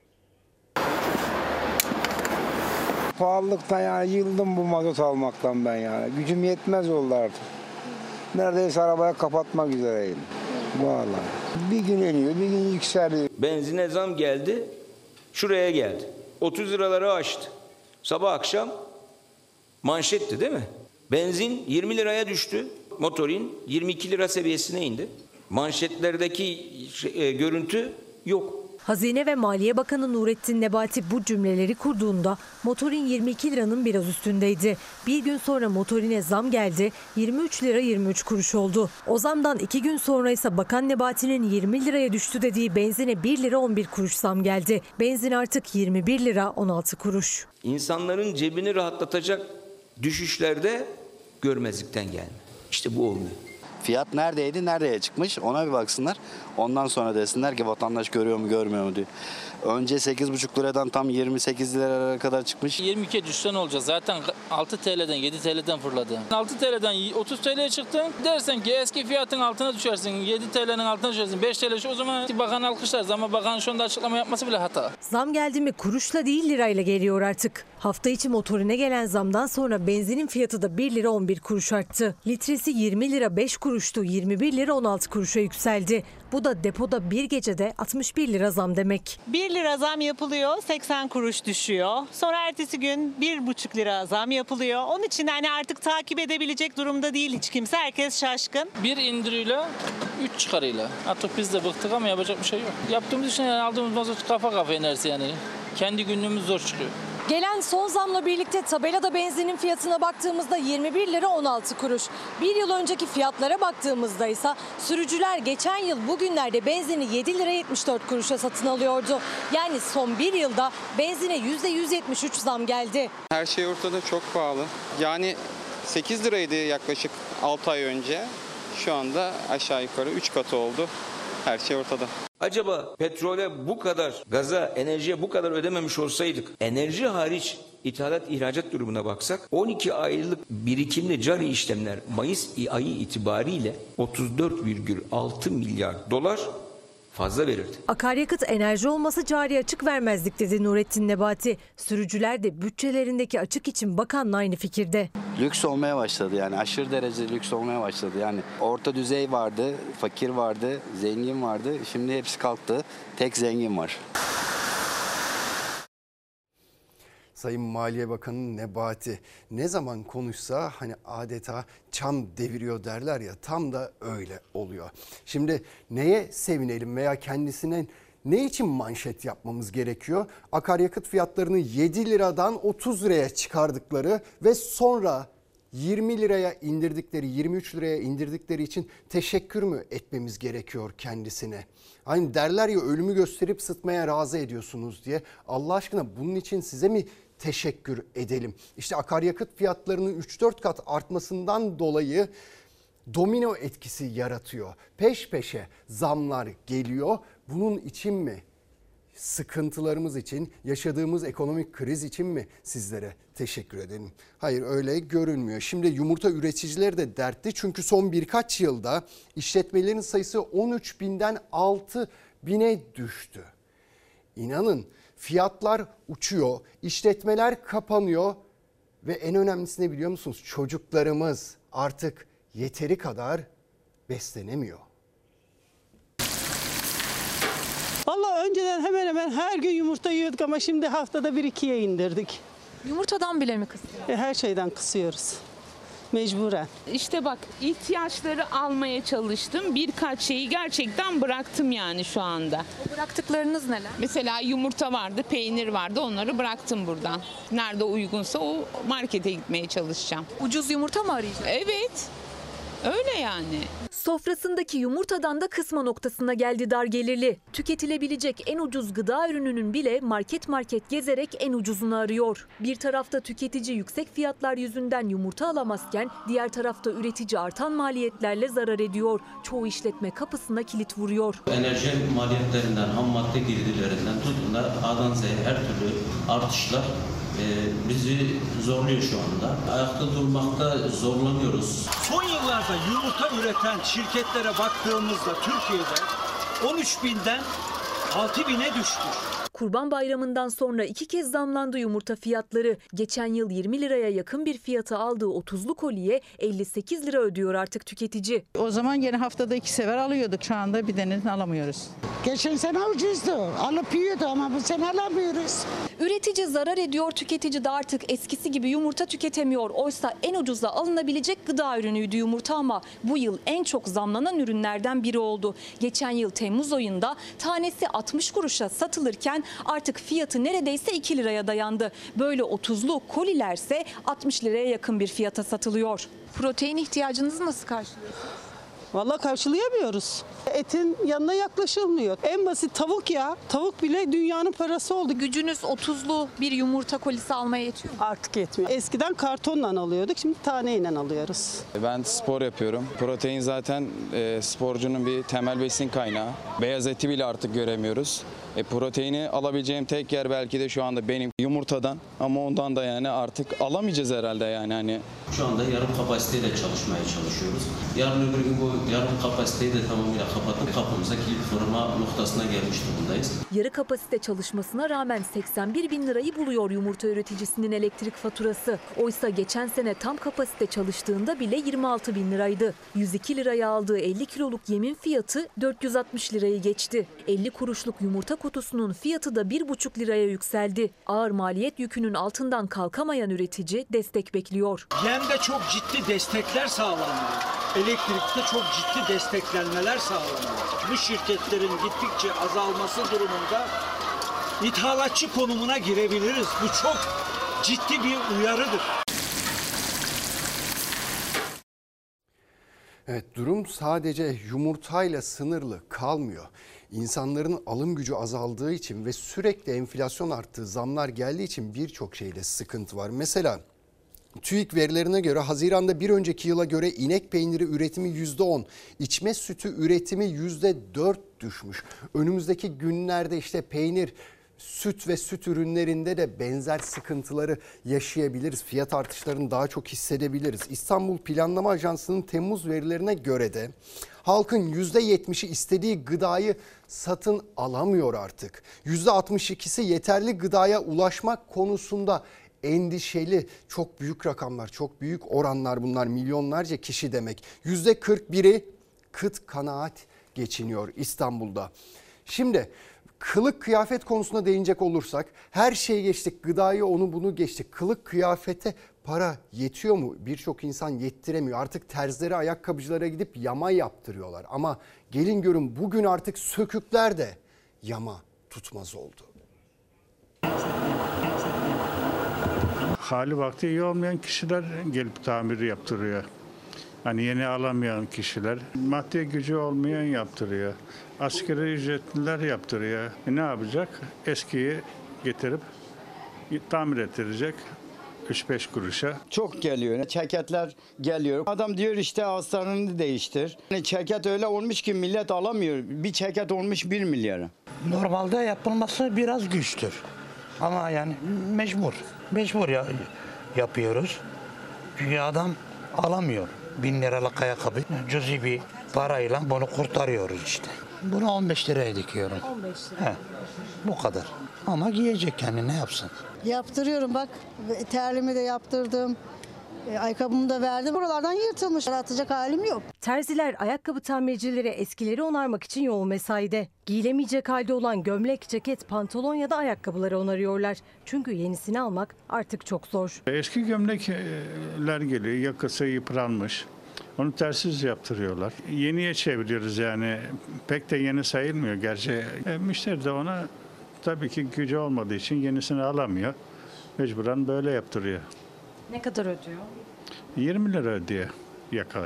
Pahalılıktan yani yıldım bu mazot almaktan ben yani. Gücüm yetmez oldu artık. Neredeyse arabaya kapatmak üzereyim. Vallahi. Bir gün iniyor, bir gün yükseliyor. Benzine zam geldi, şuraya geldi. otuz liraları aştı. Sabah akşam manşetti değil mi? Benzin yirmi liraya düştü. Motorin yirmi iki lira seviyesine indi. Manşetlerdeki e, görüntü yok. Hazine ve Maliye Bakanı Nurettin Nebati bu cümleleri kurduğunda motorin yirmi iki liranın biraz üstündeydi. Bir gün sonra motorine zam geldi, yirmi üç lira yirmi üç kuruş oldu. O zamdan iki gün sonra ise Bakan Nebati'nin yirmi liraya düştü dediği benzine bir lira on bir kuruş zam geldi. Benzin artık yirmi bir lira on altı kuruş. İnsanların cebini rahatlatacak düşüşlerde görmezlikten gelme. İşte bu olmuyor. Fiyat neredeydi, nereye çıkmış ona bir baksınlar. Ondan sonra desinler ki vatandaş görüyor mu görmüyor mu diye. Önce sekiz buçuk liradan tam yirmi sekiz liralara kadar çıkmış. yirmi ikiye düşsen olacak. Zaten altı TL'den yedi TL'den fırladı. altı TL'den otuz TL'ye çıktın. Dersen ki eski fiyatın altına düşersin. yedi TL'nin altına düşersin. beş TL o zaman bakan alkışlarız ama bakan şu anda açıklama yapması bile hata. Zam geldi mi kuruşla değil lirayla geliyor artık. Hafta içi motorine gelen zamdan sonra benzinin fiyatı da bir lira on bir kuruş arttı. Litresi yirmi lira beş kuruştu, yirmi bir lira on altı kuruşa yükseldi. Bu da depoda bir gecede altmış bir lira zam demek. bir lira zam yapılıyor, seksen kuruş düşüyor. Sonra ertesi gün bir buçuk lira zam yapılıyor. Onun için hani artık takip edebilecek durumda değil hiç kimse. Herkes şaşkın. Bir indiriyle, üç çıkarıyla. Artık biz de bıktık ama yapacak bir şey yok. Yaptığımız için yani aldığımız mazot kafa kafa inerse yani. Kendi günlüğümüz zor çıkıyor. Gelen son zamla birlikte tabelada benzinin fiyatına baktığımızda yirmi bir lira on altı kuruş. Bir yıl önceki fiyatlara baktığımızda ise sürücüler geçen yıl bugünlerde benzini yedi lira yetmiş dört kuruşa satın alıyordu. Yani son bir yılda benzine yüzde yüz yetmiş üç zam geldi. Her şey ortada, çok pahalı. Yani sekiz liraydı yaklaşık altı ay önce. Şu anda aşağı yukarı üç katı oldu. Her şey ortada. Acaba petrole bu kadar, gaza, enerjiye bu kadar ödememiş olsaydık, enerji hariç ithalat ihracat durumuna baksak, on iki aylık birikimli cari işlemler Mayıs ayı itibariyle otuz dört virgül altı milyar dolar fazla verirdi. Akaryakıt enerji olması cari açık vermezdik dedi Nurettin Nebati. Sürücüler de bütçelerindeki açık için bakanla aynı fikirde. Lüks olmaya başladı yani aşırı derece lüks olmaya başladı. Yani orta düzey vardı, fakir vardı, zengin vardı. Şimdi hepsi kalktı. Tek zengin var. Sayın Maliye Bakanı Nebati ne zaman konuşsa hani adeta çam deviriyor derler ya, tam da öyle oluyor. Şimdi neye sevinelim veya kendisine ne için manşet yapmamız gerekiyor? Akaryakıt fiyatlarını yedi liradan otuz liraya çıkardıkları ve sonra yirmi liraya indirdikleri, yirmi üç liraya indirdikleri için teşekkür mü etmemiz gerekiyor kendisine? Hani derler ya, ölümü gösterip sıtmaya razı ediyorsunuz diye. Allah aşkına bunun için size mi teşekkür edelim? İşte akaryakıt fiyatlarının üç dört kat artmasından dolayı domino etkisi yaratıyor. Peş peşe zamlar geliyor. Bunun için mi? Sıkıntılarımız için, yaşadığımız ekonomik kriz için mi sizlere teşekkür edelim? Hayır, öyle görünmüyor. Şimdi yumurta üreticileri de dertli, çünkü son birkaç yılda işletmelerin sayısı on üç binden altı bine düştü. İnanın fiyatlar uçuyor, işletmeler kapanıyor ve en önemlisi ne biliyor musunuz? Çocuklarımız artık yeteri kadar beslenemiyor. Vallahi önceden hemen hemen her gün yumurta yiyorduk ama şimdi haftada bir ikiye indirdik. Yumurtadan bile mi kısıyorsunuz? E, her şeyden kısıyoruz. Mecburen. İşte bak, ihtiyaçları almaya çalıştım. Birkaç şeyi gerçekten bıraktım yani şu anda. O bıraktıklarınız neler? Mesela yumurta vardı, peynir vardı. Onları bıraktım buradan. Nerede uygunsa o markete gitmeye çalışacağım. Ucuz yumurta mı arayacağız? Evet. Öyle yani. Sofrasındaki yumurtadan da kısma noktasına geldi dar gelirli. Tüketilebilecek en ucuz gıda ürününün bile market market gezerek en ucuzunu arıyor. Bir tarafta tüketici yüksek fiyatlar yüzünden yumurta alamazken diğer tarafta üretici artan maliyetlerle zarar ediyor. Çoğu işletme kapısına kilit vuruyor. Enerji maliyetlerinden, ham madde girdilerinden tutun da A'dan Z'ye her türlü artışlar bizi zorluyor şu anda. Ayakta durmakta zorlanıyoruz. Son yıllarda yumurta üreten şirketlere baktığımızda Türkiye'de on üç binden altı bine düştü. Kurban Bayramı'ndan sonra iki kez zamlandı yumurta fiyatları. Geçen yıl yirmi liraya yakın bir fiyata aldığı otuzlu koliye elli sekiz lira ödüyor artık tüketici. O zaman yine haftada iki sefer alıyorduk. Şu anda bir denesini alamıyoruz. Geçen sene ucuzdu. Alıp yiyordu ama bu sene alamıyoruz. Üretici zarar ediyor, tüketici de artık eskisi gibi yumurta tüketemiyor. Oysa en ucuza alınabilecek gıda ürünüydü yumurta ama bu yıl en çok zamlanan ürünlerden biri oldu. Geçen yıl Temmuz ayında tanesi altmış kuruşa satılırken artık fiyatı neredeyse iki liraya dayandı. Böyle otuzlu kolilerse altmış liraya yakın bir fiyata satılıyor. Protein ihtiyacınızı nasıl karşılıyorsunuz? Vallahi karşılayamıyoruz. Etin yanına yaklaşılmıyor. En basit tavuk ya. Tavuk bile dünyanın parası oldu. Gücünüz otuzlu bir yumurta kolisi almaya yetiyor mu? Artık yetmiyor. Eskiden kartonla alıyorduk. Şimdi taneyle alıyoruz. Ben spor yapıyorum. Protein zaten e, sporcunun bir temel besin kaynağı. Beyaz eti bile artık göremiyoruz. E, proteini alabileceğim tek yer belki de şu anda benim yumurtadan ama ondan da yani artık alamayacağız herhalde yani hani. Şu anda yarım kapasiteyle çalışmaya çalışıyoruz. Yarın öbür gün bu yarım kapasiteyi de tamamıyla kapatıp kapımıza kilit vurma noktasına gelmiş durumdayız. Yarı kapasite çalışmasına rağmen seksen bir bin lirayı buluyor yumurta üreticisinin elektrik faturası. Oysa geçen sene tam kapasite çalıştığında bile yirmi altı bin liraydı. yüz iki liraya aldığı elli kiloluk yemin fiyatı dört yüz altmış lirayı geçti. elli kuruşluk yumurta kutusunun fiyatı da bir buçuk liraya yükseldi. Ağır maliyet yükünün altından kalkamayan üretici destek bekliyor. Yemde çok ciddi destekler sağlanıyor. Elektrikte çok ciddi desteklenmeler sağlanıyor. Bu şirketlerin gittikçe azalması durumunda ithalatçı konumuna girebiliriz. Bu çok ciddi bir uyarıdır. Evet, durum sadece yumurtayla sınırlı kalmıyor. İnsanların alım gücü azaldığı için ve sürekli enflasyon arttığı, zamlar geldiği için birçok şeyde sıkıntı var. Mesela TÜİK verilerine göre Haziran'da bir önceki yıla göre inek peyniri üretimi yüzde on, içme sütü üretimi yüzde dört düşmüş. Önümüzdeki günlerde işte peynir, süt ve süt ürünlerinde de benzer sıkıntıları yaşayabiliriz. Fiyat artışlarını daha çok hissedebiliriz. İstanbul Planlama Ajansı'nın Temmuz verilerine göre de halkın yüzde yetmişi istediği gıdayı satın alamıyor artık. yüzde altmış ikisi yeterli gıdaya ulaşmak konusunda endişeli. Çok büyük rakamlar, çok büyük oranlar bunlar, milyonlarca kişi demek. yüzde kırk biri kıt kanaat geçiniyor İstanbul'da. Şimdi kılık kıyafet konusuna değinecek olursak her şeyi geçtik, gıdayı onu bunu geçtik. Kılık kıyafete para yetiyor mu? Birçok insan yettiremiyor. Artık terzilere, ayakkabıcılara gidip yama yaptırıyorlar. Ama gelin görün bugün artık sökükler de yama tutmaz oldu. Hali vakti iyi olmayan kişiler gelip tamiri yaptırıyor. Hani yeni alamayan kişiler, maddi gücü olmayan yaptırıyor. Asgari ücretliler yaptırıyor. E ne yapacak? Eskiyi getirip tamir ettirecek üç beş kuruşa. Çok geliyor. Ceketler geliyor. Adam diyor işte astarını değiştir. Yani ceket öyle olmuş ki millet alamıyor. Bir ceket olmuş bir milyara. Normalde yapılması biraz güçtür. Ama yani mecbur. Mecbur ya, yapıyoruz. Çünkü adam alamıyor. Bin liralık ayakkabı. Cüzi bir parayla bunu kurtarıyoruz işte. Bunu on beş liraya dikiyorum. on beş lira. He, bu kadar. Ama giyecek yani ne yapsın? Yaptırıyorum bak. Terliğimi de yaptırdım. Ayakkabımı da verdim. Buralardan yırtılmış. Atacak halim yok. Terziler, ayakkabı tamircileri eskileri onarmak için yoğun mesaide. Giyilemeyecek halde olan gömlek, ceket, pantolon ya da ayakkabıları onarıyorlar. Çünkü yenisini almak artık çok zor. Eski gömlekler geliyor. Yakası yıpranmış. Onu tersiz yaptırıyorlar. Yeniye çeviriyoruz yani. Pek de yeni sayılmıyor gerçi. E, müşteri de ona tabii ki gücü olmadığı için yenisini alamıyor. Mecburen böyle yaptırıyor. Ne kadar ödüyor? yirmi lira ödüyor yakaya.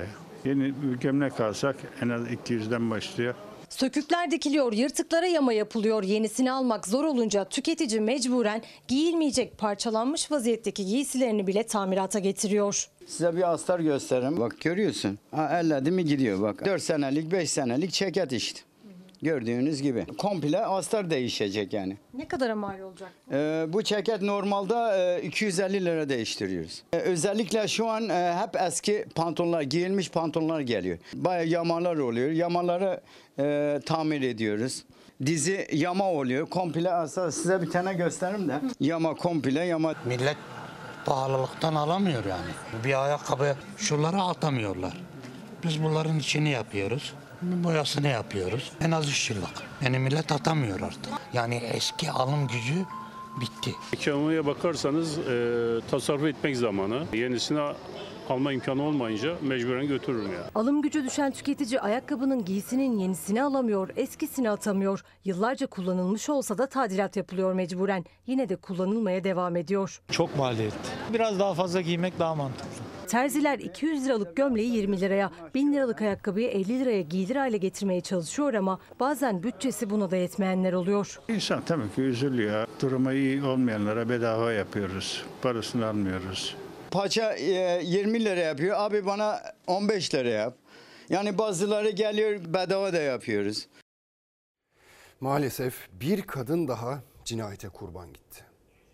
Yeni bir gömlek alsak en az iki yüzden başlıyor. Sökükler dikiliyor, yırtıklara yama yapılıyor. Yenisini almak zor olunca tüketici mecburen giyilmeyecek parçalanmış vaziyetteki giysilerini bile tamirata getiriyor. Size bir astar göstereyim. Bak görüyorsun. Ha, elledi mi gidiyor bak. dört senelik beş senelik ceket işte. Gördüğünüz gibi. Komple astar değişecek yani. Ne kadara mal olacak? Ee, bu ceket normalde e, iki yüz elli lira değiştiriyoruz. Ee, özellikle şu an e, hep eski pantolonlar, giyilmiş pantolonlar geliyor. Bayağı yamalar oluyor. Yamaları e, tamir ediyoruz. Dizi yama oluyor. Komple aslında size bir tane göstereyim de. Yama komple yama. Millet pahalılıktan alamıyor yani. Bir ayakkabı şunları atamıyorlar. Biz bunların içini yapıyoruz. Boyasını yapıyoruz. En az üç yıllık. Yani millet atamıyor artık. Yani eski alım gücü bitti. Ekonomiye bakarsanız e, tasarruf etmek zamanı. Yenisini alma imkanı olmayınca mecburen götürürüm ya. Alım gücü düşen tüketici ayakkabının giysinin yenisini alamıyor, eskisini atamıyor. Yıllarca kullanılmış olsa da tadilat yapılıyor mecburen. Yine de kullanılmaya devam ediyor. Çok maliyetli. Biraz daha fazla giymek daha mantıklı. Terziler iki yüz liralık gömleği yirmi liraya, bin liralık ayakkabıyı elli liraya giydir hale getirmeye çalışıyor ama bazen bütçesi buna da yetmeyenler oluyor. İnsan tabii ki üzülüyor. Durumu iyi olmayanlara bedava yapıyoruz. Parasını almıyoruz. Paça e, yirmi lira yapıyor. Abi bana on beş lira yap. Yani bazıları geliyor bedava da yapıyoruz. Maalesef bir kadın daha cinayete kurban gitti.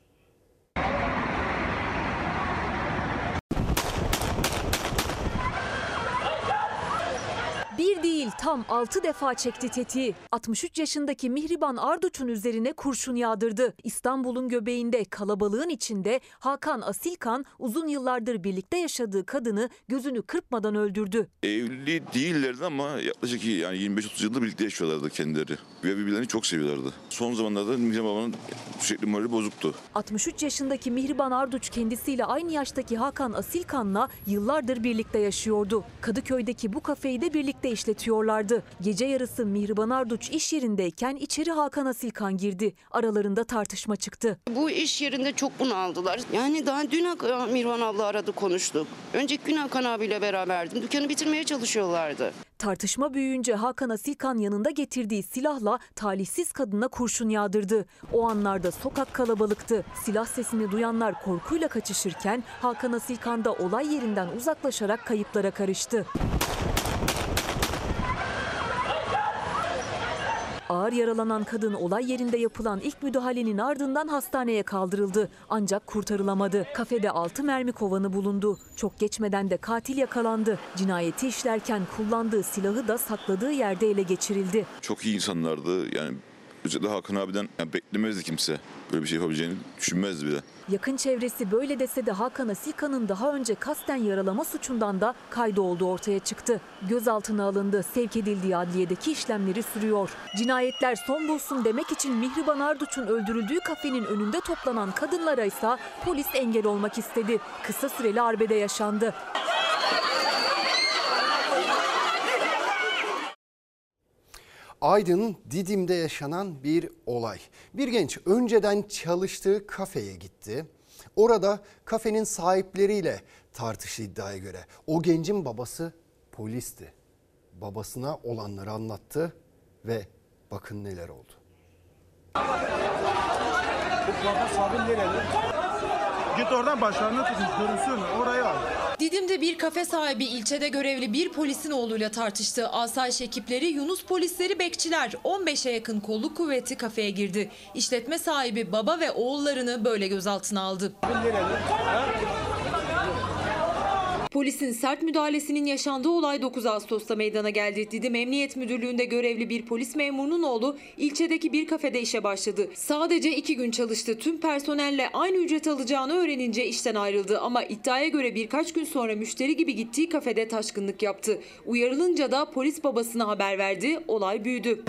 Bir değil tam altı defa çekti tetiği. altmış üç yaşındaki Mihriban Arduç'un üzerine kurşun yağdırdı. İstanbul'un göbeğinde kalabalığın içinde Hakan Asilkan uzun yıllardır birlikte yaşadığı kadını gözünü kırpmadan öldürdü. Evli değillerdi ama yaklaşık yani yirmi beş otuz yıldır birlikte yaşıyorlardı kendileri. Ve birbirlerini çok seviyorlardı. Son zamanlarda Mihriban babanın sürekli morali bozuktu. altmış üç yaşındaki Mihriban Arduç kendisiyle aynı yaştaki Hakan Asilkan'la yıllardır birlikte yaşıyordu. Kadıköy'deki bu kafeyi de birlikte işletiyorlardı. Gece yarısı Mihriban Arduç iş yerindeyken içeri Hakan Asilkan girdi. Aralarında tartışma çıktı. Bu iş yerinde çok bunaldılar. Yani daha dün Mihriban abla aradı, konuştuk. Önceki gün Hakan abiyle beraberdim. Dükkanı bitirmeye çalışıyorlardı. Tartışma büyüyünce Hakan Asilkan yanında getirdiği silahla talihsiz kadına kurşun yağdırdı. O anlarda sokak kalabalıktı. Silah sesini duyanlar korkuyla kaçışırken Hakan Asilkan da olay yerinden uzaklaşarak kayıplara karıştı. Ağır yaralanan kadın olay yerinde yapılan ilk müdahalenin ardından hastaneye kaldırıldı. Ancak kurtarılamadı. Kafede altı mermi kovanı bulundu. Çok geçmeden de katil yakalandı. Cinayeti işlerken kullandığı silahı da sakladığı yerde ele geçirildi. Çok iyi insanlardı. Yani özellikle Hakan abiden yani beklemezdi kimse. Böyle bir şey yapabileceğini düşünmezdi bile. Yakın çevresi böyle dese de Hakan Asilkan'ın daha önce kasten yaralama suçundan da kaydı olduğu ortaya çıktı. Gözaltına alındı. Sevk edildiği adliyedeki işlemleri sürüyor. Cinayetler son bulsun demek için Mihriban Arduç'un öldürüldüğü kafenin önünde toplanan kadınlara ise polis engel olmak istedi. Kısa süreli arbede yaşandı. Aydın Didim'de yaşanan bir olay. Bir genç önceden çalıştığı kafeye gitti. Orada kafenin sahipleriyle tartıştı iddiaya göre. O gencin babası polisti. Babasına olanları anlattı ve bakın neler oldu. Git oradan başlarına tutun, görünsün, oraya al. Didim'de bir kafe sahibi ilçede görevli bir polisin oğluyla tartıştı. Asayiş ekipleri, Yunus polisleri, bekçiler on beşe yakın kolluk kuvveti kafeye girdi. İşletme sahibi baba ve oğullarını böyle gözaltına aldı. Polisin sert müdahalesinin yaşandığı olay dokuz Ağustos'ta meydana geldi. Didim Emniyet Müdürlüğü'nde görevli bir polis memurunun oğlu ilçedeki bir kafede işe başladı. Sadece iki gün çalıştı. Tüm personelle aynı ücret alacağını öğrenince işten ayrıldı. Ama iddiaya göre birkaç gün sonra müşteri gibi gittiği kafede taşkınlık yaptı. Uyarılınca da polis babasına haber verdi. Olay büyüdü.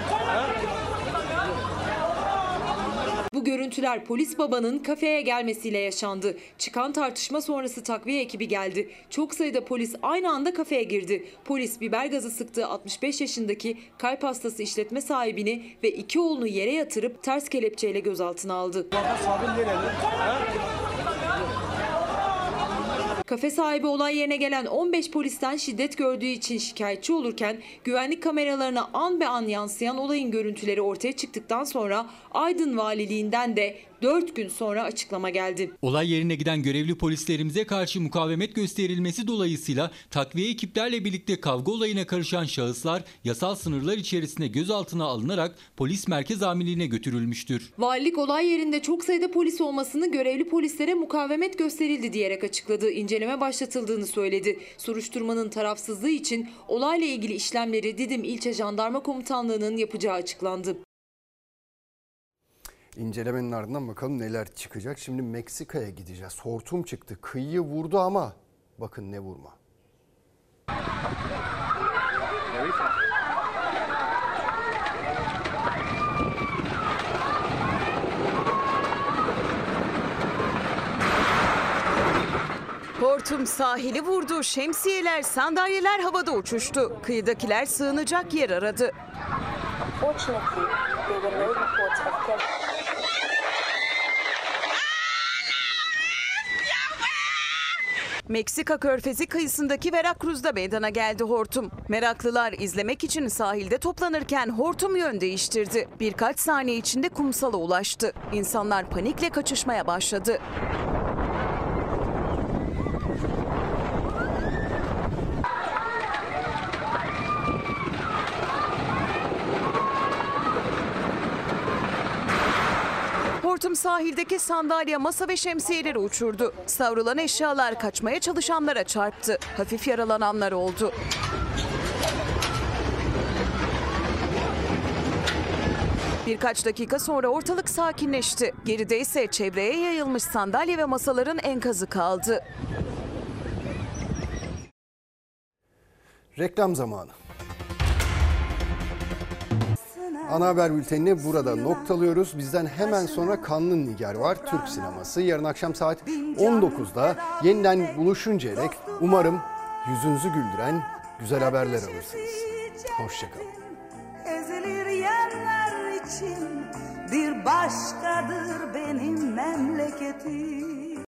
Bu görüntüler polis babanın kafeye gelmesiyle yaşandı. Çıkan tartışma sonrası takviye ekibi geldi. Çok sayıda polis aynı anda kafeye girdi. Polis biber gazı sıktığı altmış beş yaşındaki kalp hastası işletme sahibini ve iki oğlunu yere yatırıp ters kelepçeyle gözaltına aldı. Kafe sahibi olay yerine gelen on beş polisten şiddet gördüğü için şikayetçi olurken güvenlik kameralarına an be an yansıyan olayın görüntüleri ortaya çıktıktan sonra Aydın Valiliğinden de dört gün sonra açıklama geldi. Olay yerine giden görevli polislerimize karşı mukavemet gösterilmesi dolayısıyla takviye ekiplerle birlikte kavga olayına karışan şahıslar yasal sınırlar içerisinde gözaltına alınarak polis merkez amirliğine götürülmüştür. Valilik olay yerinde çok sayıda polis olmasını görevli polislere mukavemet gösterildi diyerek açıkladı. İnceleme başlatıldığını söyledi. Soruşturmanın tarafsızlığı için olayla ilgili işlemleri Didim İlçe Jandarma Komutanlığı'nın yapacağı açıklandı. İncelemenin ardından bakalım neler çıkacak. Şimdi Meksika'ya gideceğiz. Hortum çıktı. Kıyıyı vurdu ama bakın ne vurma. Hortum sahili vurdu. Şemsiyeler, sandalyeler havada uçuştu. Kıyıdakiler sığınacak yer aradı. Meksika Körfezi kıyısındaki Veracruz'da meydana geldi hortum. Meraklılar izlemek için sahilde toplanırken hortum yön değiştirdi. Birkaç saniye içinde kumsala ulaştı. İnsanlar panikle kaçışmaya başladı. Hortum sahildeki sandalye, masa ve şemsiyeleri uçurdu. Savrulan eşyalar kaçmaya çalışanlara çarptı. Hafif yaralananlar oldu. Birkaç dakika sonra ortalık sakinleşti. Geride ise çevreye yayılmış sandalye ve masaların enkazı kaldı. Reklam zamanı. Ana haber bültenini burada noktalıyoruz. Bizden hemen sonra Kanlı Nigar var. Türk sineması. Yarın akşam saat on dokuzda yeniden buluşuncaya dek umarım yüzünüzü güldüren güzel haberler alırsınız. Hoşçakalın. Ezilir yerler için bir başkadır benim memleketim.